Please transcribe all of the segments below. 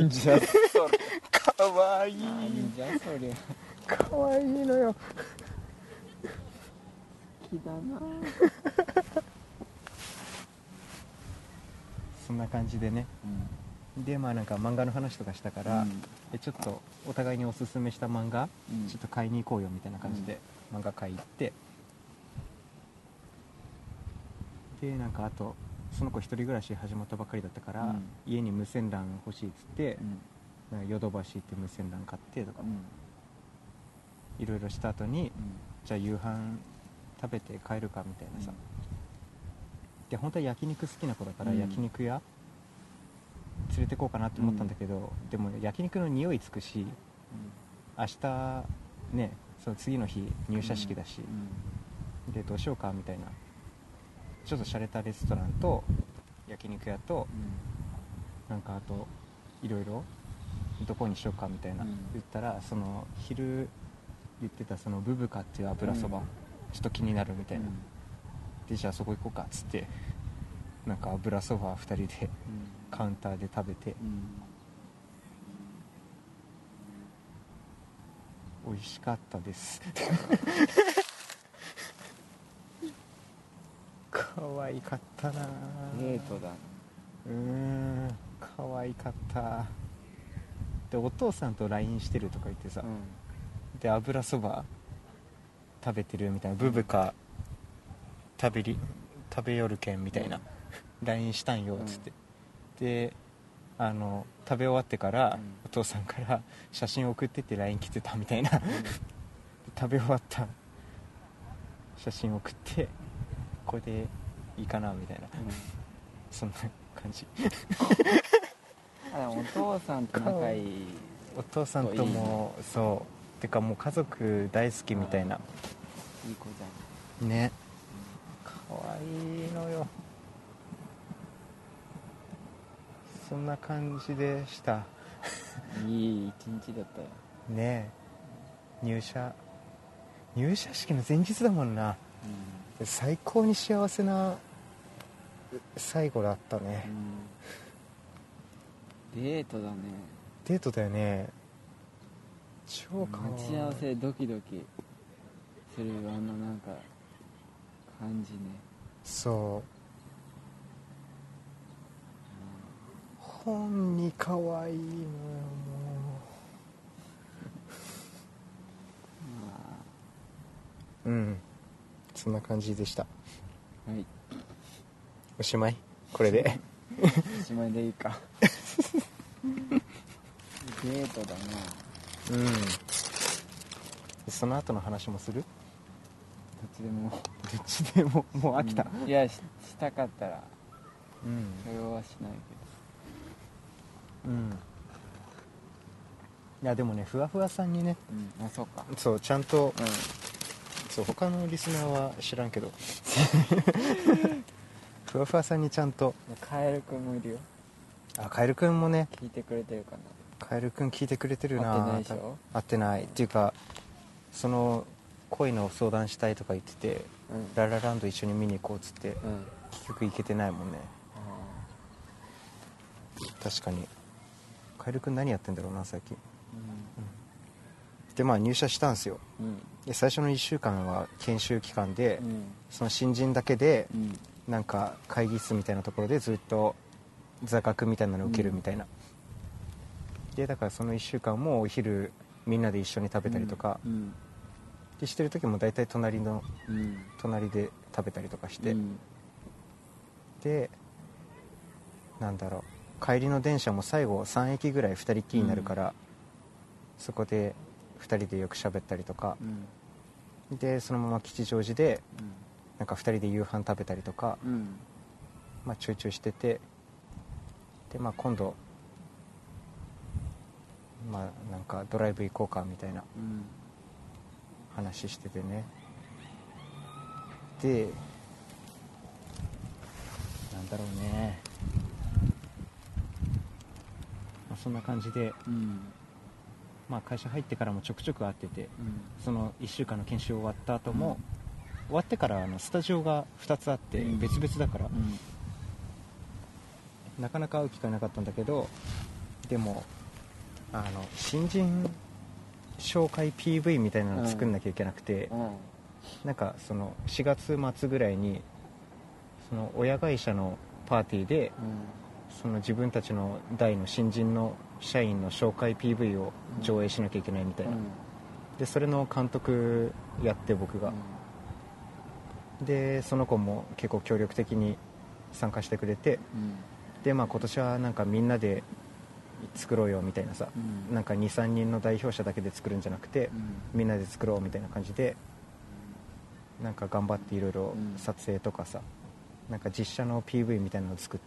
なんじゃそれかわいい。 なんじゃそりゃかわいいのよ。 好きだな。 そんな感じでね。でまあなんか漫画の話とかしたから、ちょっとお互いにおすすめした漫画、ちょっと買いに行こうよみたいな感じで、漫画買い行って、でなんかあとその子一人暮らし始まったばっかりだったから、家に無線 LAN 欲しいっつって、なんかヨドバシ行って無線 LAN 買ってとか、いろいろした後に、じゃあ夕飯食べて帰るかみたいなさ、で本当は焼肉好きな子だから、焼肉屋連れてこうかなって思ったんだけど、でも焼肉の匂いつくし、明日ね、その次の日入社式だし、でどうしようかみたいな、ちょっと洒落たレストランと焼肉屋と、なんかあといろいろどこにしようかみたいな、言ったら、その昼言ってたそのブブカっていう油そば、ちょっと気になるみたいな、でじゃあそこ行こうかっつって、なんか油そば2人でカウンターで食べて、美味しかったです可愛かったな。 デートだ。 可愛かった。でお父さんと LINE してるとか言ってさ、で油そば食べてるみたいな、ブブカ食べよるけんみたいな、LINE したんよっつって、で食べ終わってから、お父さんから写真送ってって LINE 来てたみたいな、食べ終わった写真送って、これでいいかなみたいな、そんな感じでもお父さんと仲いい。 お父さんともそうてかもう家族大好きみたいな、 いい子じゃんね、かわいいのよ。そんな感じでしたいい一日だったよね。入社式の前日だもんな、最高に幸せな最後だったね、 デートだね。 デートだよね。超かわいい。 待ち合わせドキドキするなんか感じね。 そう本に可愛いのよもうそんな感じでした。 はい、 おしまい、これでおしまいでいいかデートだな。 その後の話もする？ どっちでももう飽きた、 いや したかったらそれはしないけど。 いやでもね、ふわふわさんにね、 そうか、 そうちゃんと、そう他のリスナーは知らんけどふわふわさんにちゃんと、 カエルくんもいるよ。 カエルくんもね、 聞いてくれてるかな。 カエルくん聞いてくれてるな。 会ってないでしょ。 会ってないっていうか、その恋の相談したいとか言ってて、ララランド一緒に見に行こうっつって、結局行けてないもんね。確かにカエルくん何やってんだろうな最近。でまあ入社したんですよ、で最初の1週間は研修期間で、その新人だけで、なんか会議室みたいなところでずっと座学みたいなのを受けるみたいな、でだからその1週間もお昼みんなで一緒に食べたりとか、でしてる時も大体隣で食べたりとかして、でなんだろう、帰りの電車も最後3駅ぐらい2人っきりになるから、そこで2人でよく喋ったりとか、でそのまま吉祥寺で、なんか2人で夕飯食べたりとか、まあちょいちょいしてて、でまあ今度まあなんかドライブ行こうかみたいな話しててね、でなんだろうね、まあ、そんな感じで、まあ、会社入ってからもちょくちょく会ってて、その1週間の研修終わった後も、終わってからスタジオが2つあって別々だから、なかなか会う機会なかったんだけど、でも新人紹介 PV みたいなの作んなきゃいけなくて、なんかその4月末ぐらいにその親会社のパーティーで、その自分たちの代の新人の社員の紹介 PV を上映しなきゃいけないみたいな、でそれの監督やって僕が、でその子も結構協力的に参加してくれて、でまあ今年はなんかみんなで作ろうよみたいなさ、なんか 2,3 人の代表者だけで作るんじゃなくて、みんなで作ろうみたいな感じでなんか頑張っていろいろ撮影とかさ、なんか実写の PV みたいなのを作って、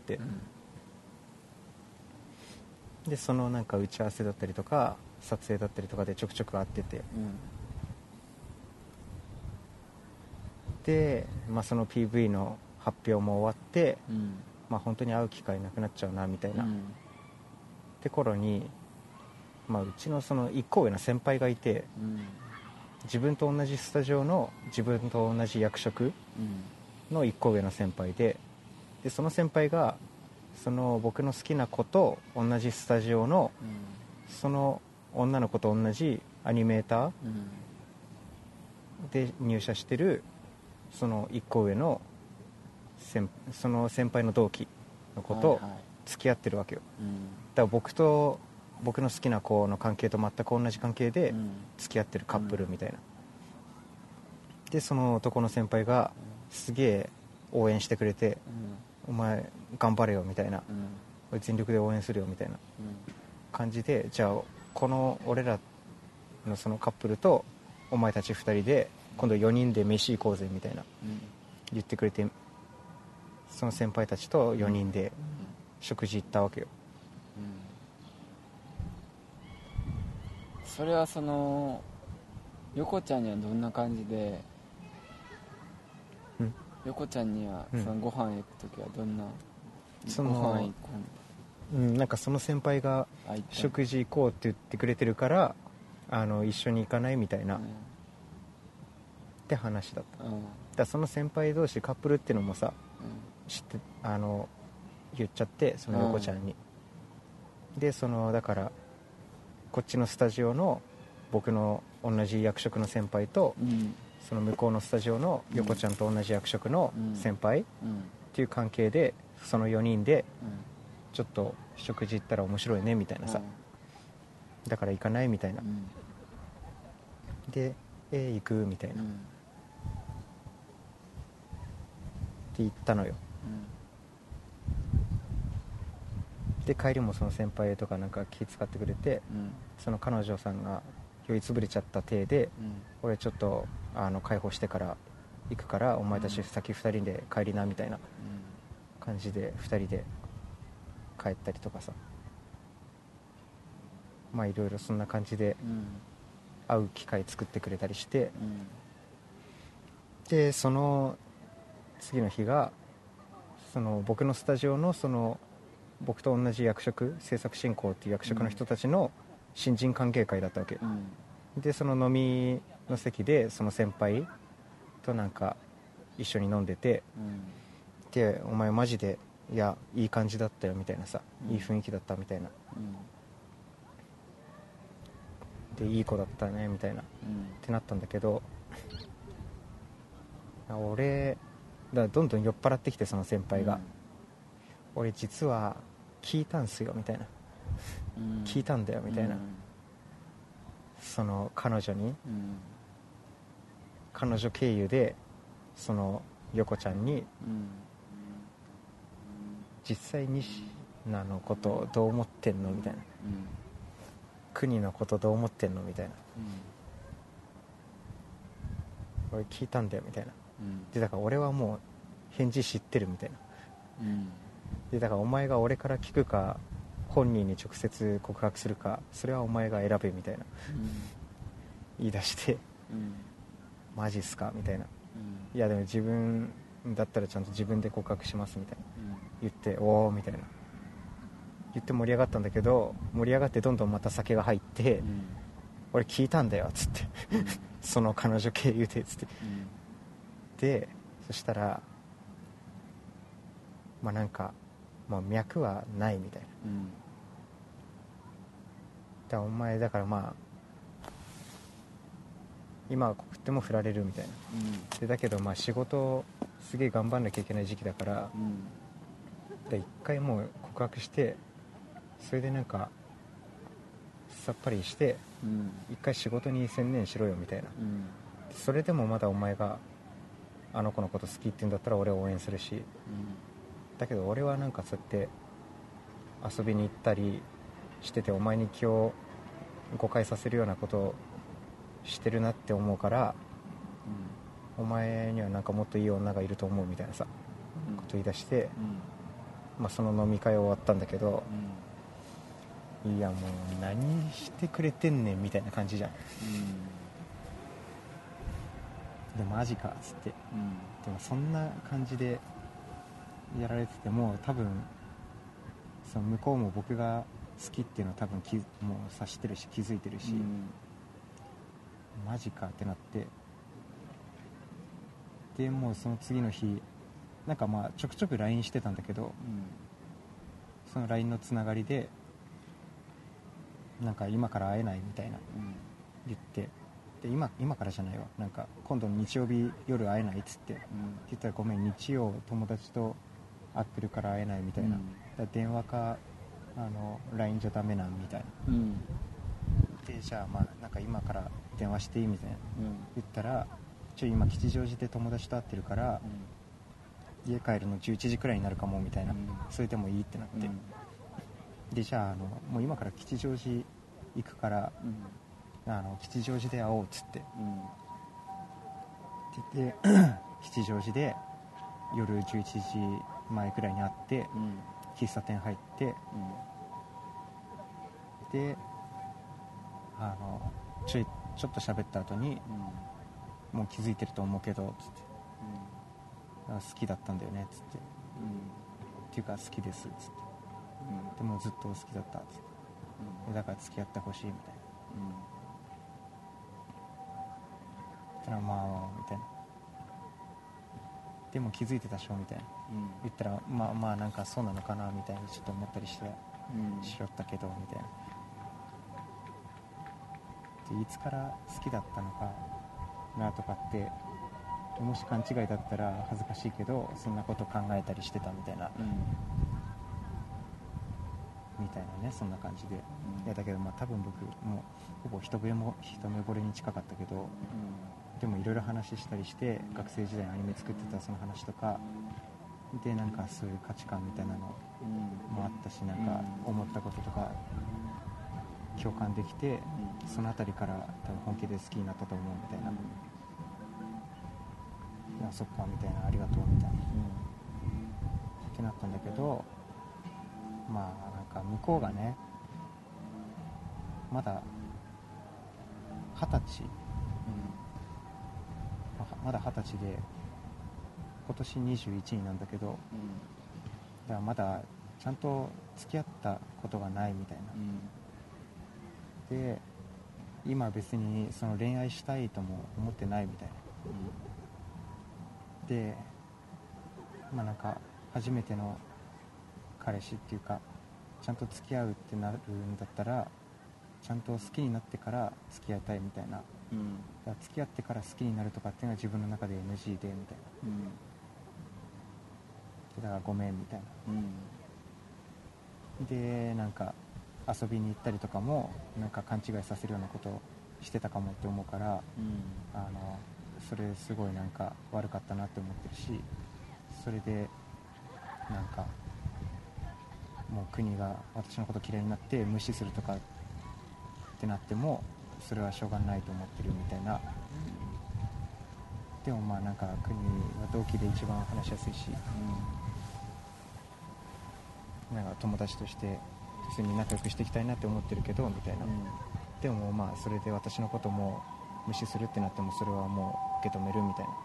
でそのなんか打ち合わせだったりとか撮影だったりとかでちょくちょく会ってて、で、まあ、その PV の発表も終わって、まあ、本当に会う機会なくなっちゃうなみたいな、って頃に、まあ、うちのその1個上の先輩がいて、自分と同じスタジオの自分と同じ役職の1個上の先輩で、その先輩がその僕の好きな子と同じスタジオの、その女の子と同じアニメーターで入社してるその1個上のその先輩の同期の子と付き合ってるわけよ、だから僕と僕の好きな子の関係と全く同じ関係で付き合ってるカップルみたいな、でその男の先輩がすげえ応援してくれて、お前頑張れよみたいな、俺全力で応援するよみたいな感じで、じゃあこの俺らのそのカップルとお前たち2人で今度4人で飯行こうぜみたいな言ってくれて、その先輩たちと4人で食事行ったわけよ。 それはその横ちゃんにはどんな感じで、横ちゃんにはそのご飯行くときはどんな、 そのご飯行こなんかその先輩が食事行こうって言ってくれてるから一緒に行かないみたいな、って話だった、だからその先輩同士カップルっていうのもさ、知って言っちゃって、その横ちゃんに、でそのだからこっちのスタジオの僕の同じ役職の先輩と、その向こうのスタジオの横ちゃんと同じ役職の先輩っていう関係で、その4人でちょっと食事行ったら面白いねみたいなさ、だから行かないみたいな、で行くみたいな、って言ったのよ、で帰りもその先輩とかなんか気遣ってくれて、その彼女さんが酔いつぶれちゃった体で、俺ちょっと解放してから行くからお前たち先2人で帰りなみたいな感じで2人で帰ったりとかさ、まあいろいろそんな感じで会う機会作ってくれたりして、でその次の日がその僕のスタジオのその僕と同じ役職、制作進行っていう役職の人たちの新人歓迎会だったわけ、でその飲みの席でその先輩となんか一緒に飲んでて、でお前マジでいやいい感じだったよみたいなさ、いい雰囲気だったみたいな、でいい子だったねみたいな、ってなったんだけど、俺だからどんどん酔っ払ってきて、その先輩が、俺実は聞いたんすよみたいな、聞いたんだよみたいな、その彼女に、彼女経由でその横ちゃんに、実際に西名のことどう思ってんのみたいな、国のことどう思ってんのみたいな、俺聞いたんだよみたいな、でだから俺はもう返事知ってるみたいな、でだからお前が俺から聞くか本人に直接告白するか、それはお前が選べみたいな、言い出して、マジっすかみたいな、いやでも自分だったらちゃんと自分で告白しますみたいな、言って、おおみたいな言って盛り上がったんだけど、盛り上がってどんどんまた酒が入って、俺聞いたんだよっつってその彼女経由でっつって、でそしたらまあなんか、まあ、脈はないみたいな、 だお前だからまあ今は告っても振られるみたいな、でだけどまあ仕事すげえ頑張んなきゃいけない時期だから、で一回もう告白して、それでなんかさっぱりして一回仕事に専念しろよみたいな、それでもまだお前があの子のこと好きって言うんだったら俺は応援するし、だけど俺はなんかそうやって遊びに行ったりしててお前に気を誤解させるようなことをしてるなって思うから、お前にはなんかもっといい女がいると思うみたいなさ、こと言い出して、まあ、その飲み会終わったんだけど、いやもう何してくれてんねんみたいな感じじゃん、でマジかっつって、でもそんな感じでやられてても多分その向こうも僕が好きっていうのは多分もう察してるし気づいてるし、マジかってなって、でもうその次の日なんかまあちょくちょく LINE してたんだけど、その LINE のつながりでなんか今から会えないみたいな言って、で今からじゃないわ、なんか今度の日曜日夜会えないっつって、言ったらごめん日曜友達と会ってるから会えないみたいな、だから電話かLINE じゃダメなんみたいな、でじゃあまあなんか今から電話していいみたいな、言ったら今吉祥寺で友達と会ってるから、家帰るの11時くらいになるかもみたいな、それでもいいってなって、でじゃあもう今から吉祥寺行くから、吉祥寺で会おうっつって、で吉祥寺で夜11時前くらいに会って、喫茶店入って、でちょっと喋った後に、もう気づいてると思うけどつって、好きだったんだよねつって、っていうか好きですつって、でもずっと好きだったつって、だから付き合ってほしいみたいな、たらまあみたいな、でも気づいてたでしょみたいな、言ったらまあなんかそうなのかなみたいにちょっと思ったりしてしよったけどみたいな、でいつから好きだったのかなとかって、もし勘違いだったら恥ずかしいけどそんなこと考えたりしてたみたいな、みたいなね、そんな感じで、いやだけどまあ多分僕もうほぼ一目惚れに近かったけど、でもいろいろ話したりして、学生時代にアニメ作ってたその話とかで、なんかそういう価値観みたいなのもあったし、なんか思ったこととか共感できて、そのあたりから多分本気で好きになったと思うみたいな、いやそっかみたいな、ありがとうみたいな、ってなったんだけど、まあなんか向こうがねまだ20歳、まだ20歳で今年21なんだけど、だからまだちゃんと付き合ったことがないみたいな、で今別にその恋愛したいとも思ってないみたいな、でまあなんか初めての彼氏っていうか、ちゃんと付き合うってなるんだったらちゃんと好きになってから付き合いたいみたいな、だから付き合ってから好きになるとかっていうのは自分の中で NG でみたいな、だからごめんみたいな、でなんか遊びに行ったりとかもなんか勘違いさせるようなことをしてたかもって思うから、それすごいなんか悪かったなって思ってるし、それでなんかもう国が私のこと嫌いになって無視するとかってなってもそれはしょうがないと思ってるみたいな、でもまあなんか国は同期で一番話しやすいし、なんか友達として普通に仲良くしていきたいなって思ってるけどみたいな、でもまあそれで私のことも無視するってなってもそれはもう受け止めるみたいな、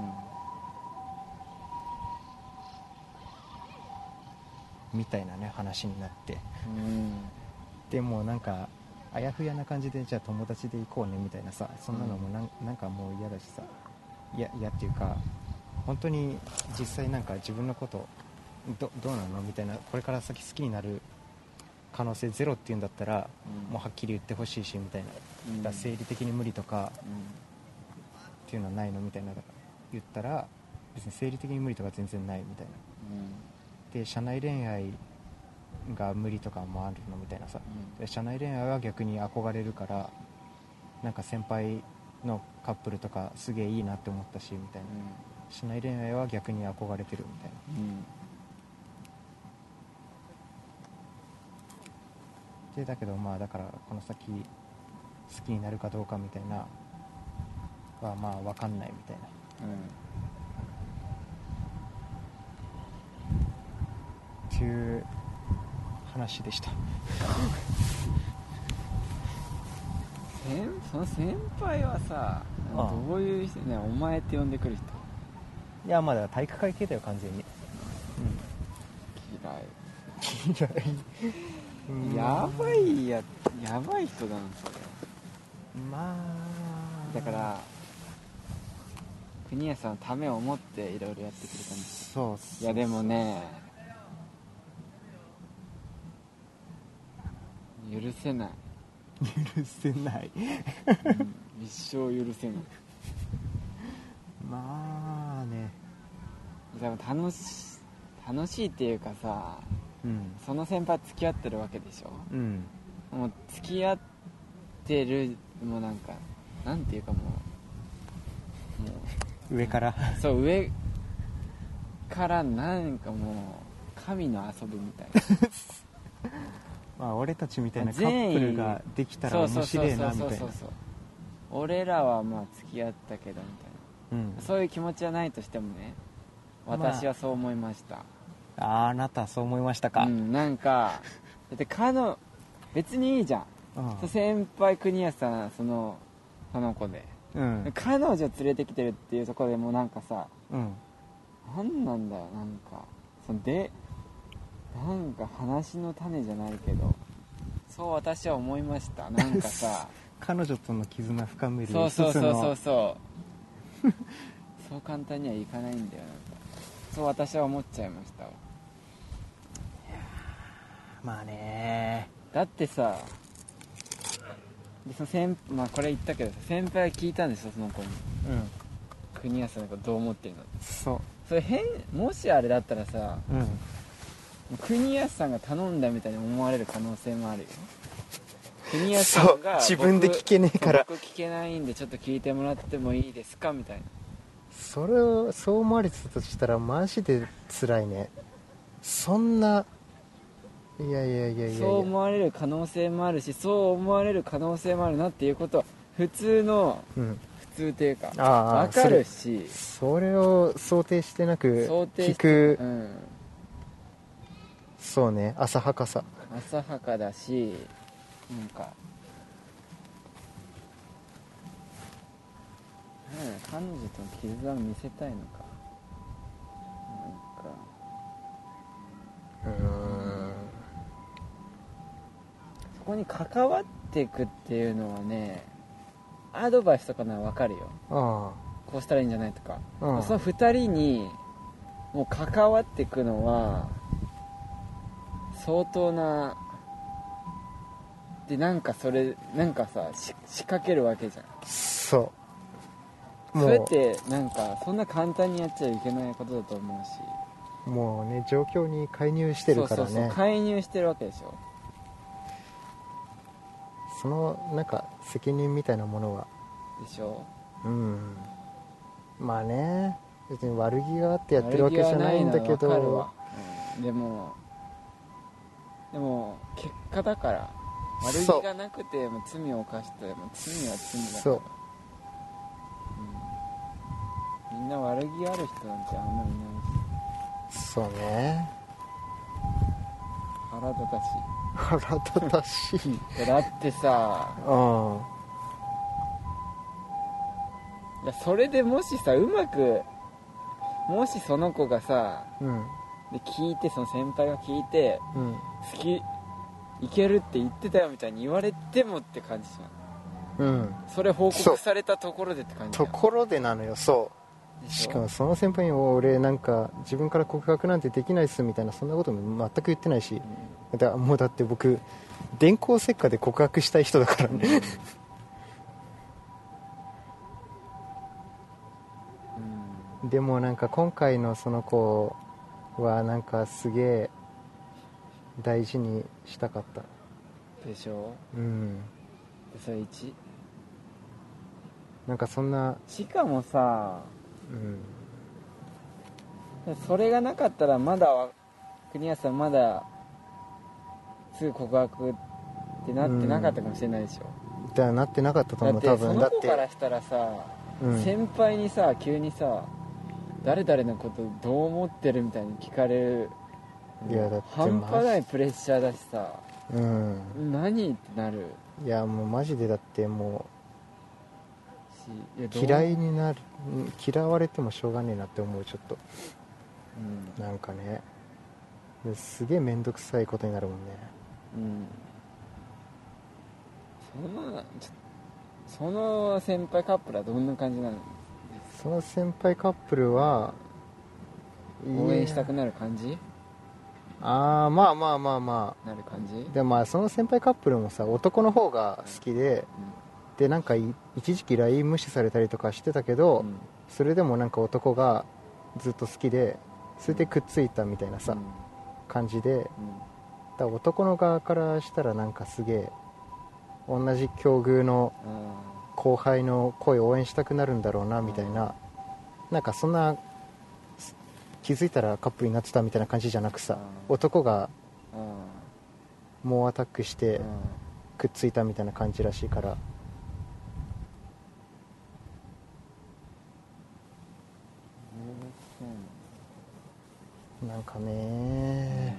みたいなね話になって、でもなんかあやふやな感じでじゃあ友達で行こうねみたいなさ、そんなのもなんかもう嫌だしさ、嫌っていうか本当に実際なんか自分のことどうなのみたいな、これから先好きになる可能性ゼロっていうんだったら、 うんもうはっきり言ってほしいしみたいな、 うんだから生理的に無理とかうんっていうのはないのみたいな言ったら、別に生理的に無理とか全然ないみたいな。で社内恋愛が無理とかもあるのみたいなさ、で社内恋愛は逆に憧れるから、なんか先輩のカップルとかすげえいいなって思ったしみたいな、社内恋愛は逆に憧れてるみたいな。でだけどまあだからこの先好きになるかどうかみたいなはまあ分かんないみたいなっていう話でした。 その先輩はさ、どういう人ね、お前って呼んでくる人？ いやまだ体育会系だよ完全に。 嫌いやばい人だなそれ。 まあだから国谷さんのためを思っていろいろやってくれたんです。 そういやでもね、許せない一生許せない。 まあね、 でも楽しいっていうかさ、その先輩付き合ってるわけでしょ。もう付き合ってる、もうなんかなんていうかもう上からそう上からなんかもう神の遊びみたいなまあ俺たちみたいなカップルができたら面白いなみたいな。 俺らはまあ付き合ったけどみたいな、そういう気持ちはないとしてもね、私はそう思いました。 あなたはそう思いましたか。 なんかだって別にいいじゃん、先輩国安さんその子で、彼女連れてきてるっていうところでもうなんかさ、なんなんだよ、なんかなんか話の種じゃないけど、そう私は思いました。なんかさ彼女との絆深めるそうそう簡単にはいかないんだよ、なんかそう私は思っちゃいましたわ。 まあね、 だってさ、でそのまあこれ言ったけどさ、先輩が聞いたんですよその子に、国安さんのことどう思ってるの。それもしあれだったらさ、国安さんが頼んだみたいに思われる可能性もあるよ。国安さんが自分で聞けねえから僕聞けないんでちょっと聞いてもらってもいいですかみたいな。 それをそう思われてたとしたらマジで辛いね。そんないやそう思われる可能性もあるし、そう思われる可能性もあるなっていうことは普通の、普通っていうか分かるし、 それを想定してなく聞く、そうね、浅はかだし、なんか彼女との絆を見せたいのか、そこに関わっていくっていうのはね、アドバイスとかなら分かるよ。こうしたらいいんじゃないとか、その2人にもう関わっていくのは相当なで、なんかそれなんかさ仕掛けるわけじゃん。それってなんかそんな簡単にやっちゃいけないことだと思うし、 もうね状況に介入してるからね。 そう介入してるわけでしょ。 そのなんか責任みたいなものはでしょ。 まあね、別に悪気があってやってるわけじゃないんだけど、 でも結果だから、悪気がなくても罪を犯しても罪は罪だから。みんな悪気ある人なんてあんまりいないし。 そうね、 腹立たしい。だってさ、いやそれでもしさもしその子がさ、で聞いて、その先輩が聞いて、好きいけるって言ってたよみたいに言われてもって感じじゃん。それ報告されたところでって感じじゃん。 ところでなのよ。 しかもその先輩に俺なんか自分から告白なんてできないっすみたいな、そんなことも全く言ってないし、もうだって僕電光石火で告白したい人だからね、でもなんか今回のその子はなんかすげえ大事にしたかったでしょ。でそれ1 なんかそんな、 しかもさ、それがなかったらまだ国安さんまだすぐ告白ってなってなかったかもしれないでしょ。 だなってなかったと思う、多分。 だってその子からしたらさ、先輩にさ急にさ誰々のことどう思ってるみたいに聞かれる、 いやだって半端ないプレッシャーだしさ、何ってなる。 いやもうマジで、だってもう嫌いになる、嫌われてもしょうがねえなって思う、ちょっと、なんかね、すげえ面倒くさいことになるもんね。 その先輩カップルはどんな感じなの？ その先輩カップルは応援したくなる感じ？ まあなる感じで、まあその先輩カップルもさ、男の方が好きで、でなんか一時期 LINE 無視されたりとかしてたけど、それでもなんか男がずっと好きで、それでくっついたみたいなさ、感じで、だから男の側からしたらなんかすげえ同じ境遇の後輩の声を応援したくなるんだろうなみたいな、なんかそんな気づいたらカップルになってたみたいな感じじゃなくさ、男が猛アタックしてくっついたみたいな感じらしいから、なんかね、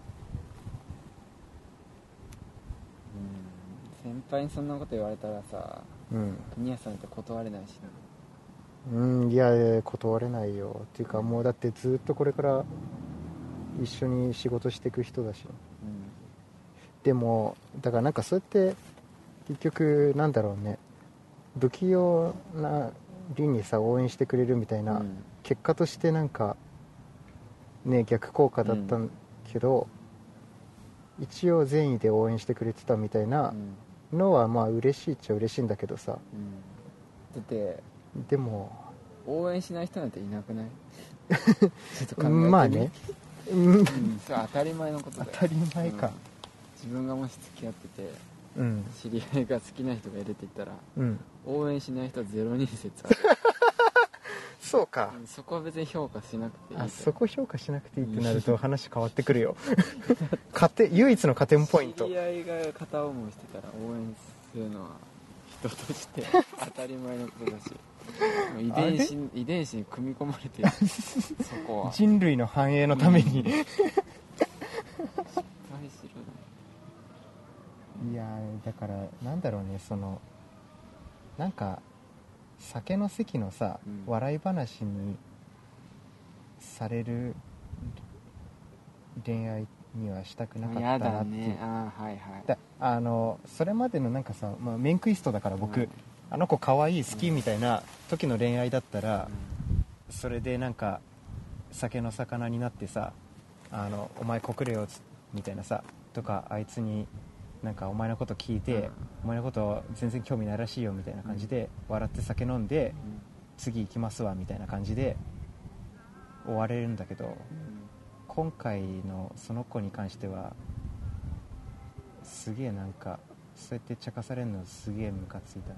先輩にそんなこと言われたらさ、国安さんって断れないしな。いや断れないよっていうか、もうだってずっとこれから一緒に仕事していく人だし、でもだからなんかそうやって結局なんだろうね、不器用な凛にさ応援してくれるみたいな、結果としてなんかね逆効果だったけど、一応善意で応援してくれてたみたいなのはまあ嬉しいっちゃ嬉しいんだけどさ、 だってでも応援しない人なんていなくない？ちょっと考えてみ。 まあね、 それは当たり前のことだよ。 当たり前か、 自分がもし付き合ってて、知り合いが好きな人がいるって言ったら、応援しない人は0人説ある。 そうか、 そこは別に評価しなくていい。 そこ評価しなくていいってなると話変わってくるよ。唯一の加点ポイント。 知り合いが片思いしてたら応援するのは人として当たり前のことだし、遺伝子に組み込まれてる。そこは人類の繁栄のために、いやだからなんだろうね、そのなんか酒の席のさ、笑い話にされる恋愛にはしたくなかったなっていう。それまでのなんかさ、メンクイストだから僕、あの子可愛い好きみたいな時の恋愛だったら、それでなんか酒の魚になってさ、お前告れよみたいなさとか、あいつになんかお前のこと聞いて、お前のこと全然興味ないらしいよみたいな感じで笑って酒飲んで、次行きますわみたいな感じで終われるんだけど、今回のその子に関してはすげえなんかそうやって茶化されるのすげえムカついた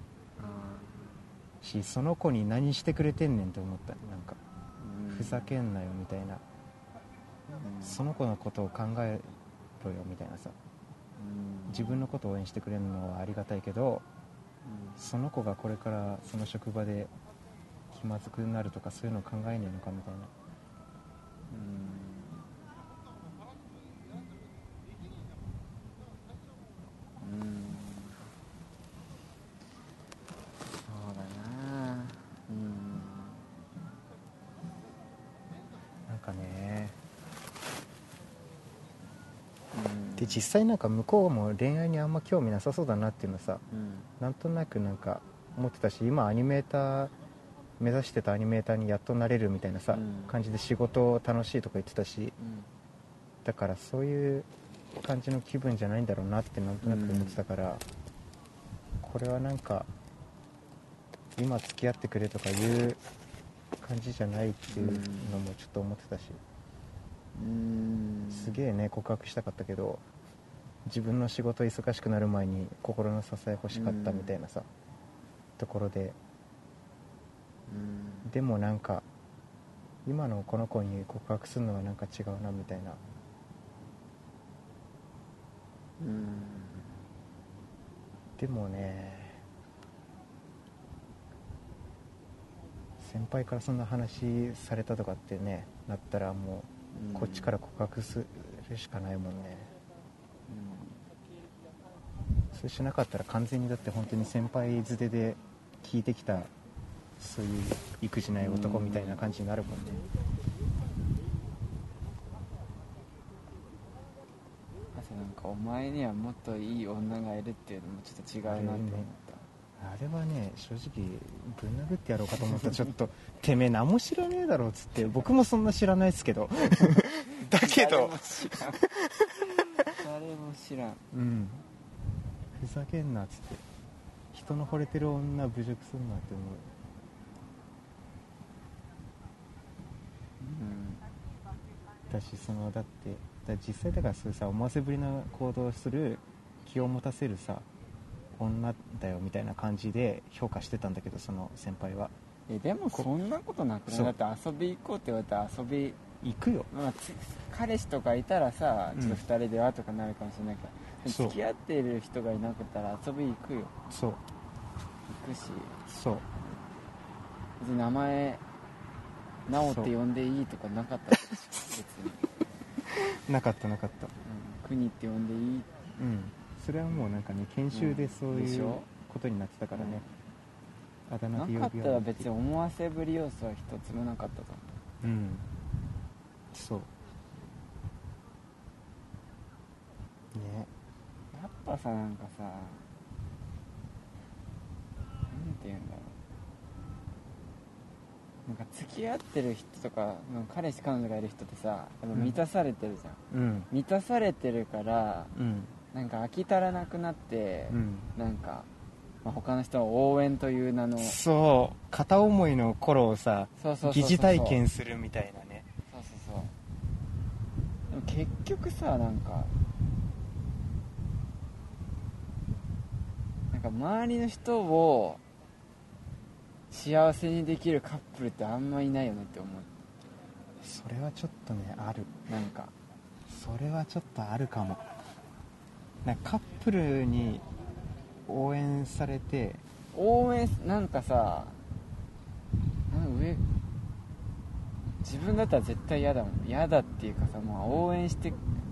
し、その子に何してくれてんねんって思った。なんかふざけんなよみたいな、その子のことを考えろよみたいなさ、自分のことを応援してくれるのはありがたいけど、その子がこれからその職場で気まずくなるとかそういうのを考えねえのかみたいな。 そうだな。 なんかね、で実際なんか向こうも恋愛にあんま興味なさそうだなっていうのさ、なんとなくなんか思ってたし、今アニメーター目指してたアニメーターにやっとなれるみたいなさ、感じで仕事楽しいとか言ってたし、だからそういう感じの気分じゃないんだろうなってなんとなく思ってたから、これはなんか今付き合ってくれとかいう感じじゃないっていうのもちょっと思ってたし、すげえね告白したかったけど、自分の仕事忙しくなる前に心の支え欲しかったみたいなさ、ところで、でもなんか今のこの子に告白するのはなんか違うなみたいな。でもね、先輩からそんな話されたとかってねなったら、もうこっちから告白するしかないもんね。それしなかったら完全にだって本当に先輩連れで聞いてきたそういう育児ない男みたいな感じになるもんね。 なんかお前にはもっといい女がいるっていうのもちょっと違うなって思った。 あれはね正直ぶん殴ってやろうかと思った。ちょっとてめえ何も知らねえだろっつって。僕もそんな知らないですけどだけど誰も知らん、 ふざけんなっつって、人の惚れてる女侮辱すんなって思う。だしだって実際だからそういうさ思わせぶりな行動をする気を持たせるさ女だよみたいな感じで評価してたんだけど、その先輩は。 でもそんなことなくない？だって遊び行こうって言われたら遊び行くよ、 彼氏とかいたらさ、ちょっと2人ではとかなるかもしれないから、付き合っている人がいなかったら遊び行くよ。 そう行くし、 そう別に名前なおって呼んでいいとかなかったでしょ別になかった、 国って呼んでいい、 それはもうなんかね研修でそういうことになってたからね、あだ名で呼び合う。 なかったら別に思わせぶり要素は一つもなかったと思う。 そうね。 やっぱさ、なんかさ、なんて言うんだろう、なんか付き合ってる人とか彼氏彼女がいる人ってさ、満たされてるじゃん、満たされてるから、なんか飽き足らなくなって、なんか、他の人を応援という名のそう片思いの頃をさ疑似体験するみたいなね。 でも結局さ、なんか周りの人を幸せにできるカップルってあんまいないよねって思う。 それはちょっとねある。 なんかそれはちょっとあるかも。なんかカップルに応援されてなんかさ、自分だったら絶対嫌だもん。嫌だっていうかさ、もう応援してで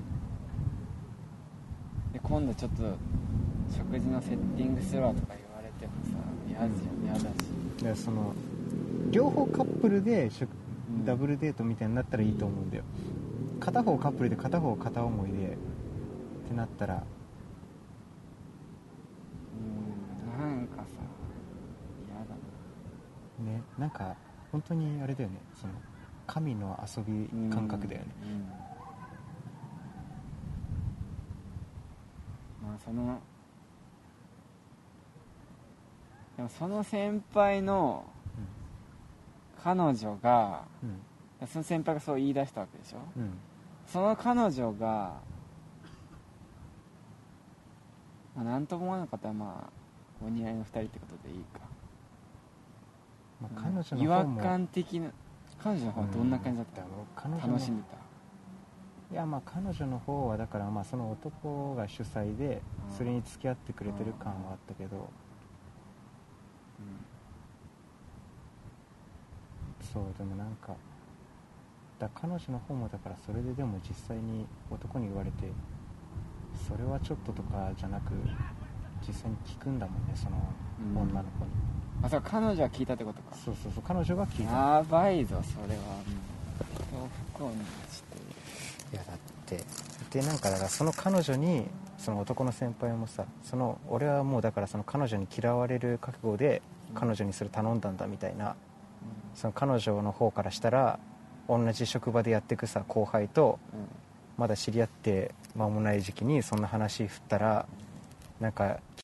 今度ちょっと食事のセッティングするわとか言われてもさ、嫌だし。 だから両方カップルでダブルデートみたいになったらいいと思うんだよ。片方カップルで片方片思いでってなったら、 なんかさ嫌だね。なんか本当にあれだよね、神の遊び感覚だよね。 でもその先輩の彼女が、その先輩がそう言い出したわけでしょ、その彼女が、なんとも思わなかったらお似合いの2人ってことでいいか。 彼女の方も違和感的な。彼女の方はどんな感じだったの？楽しんでた？ いや彼女の方はだからその男が主催でそれに付き合ってくれてる感はあったけど、そうでもなんか彼女の方もだからそれででも実際に男に言われてそれはちょっととかじゃなく実際に聞くんだもんね、その女の子に。 そう、彼女は聞いたってことか。 そう彼女が聞いた。 やばいぞそれは。不幸にして。 いやだってでなんかだからその彼女にその男の先輩もさ、俺はもうだからその彼女に嫌われる覚悟で彼女にそれ頼んだんだみたいなその彼女の方からしたら同じ職場でやっていくさ後輩と、まだ知り合って間もない時期にそんな話振ったらなんか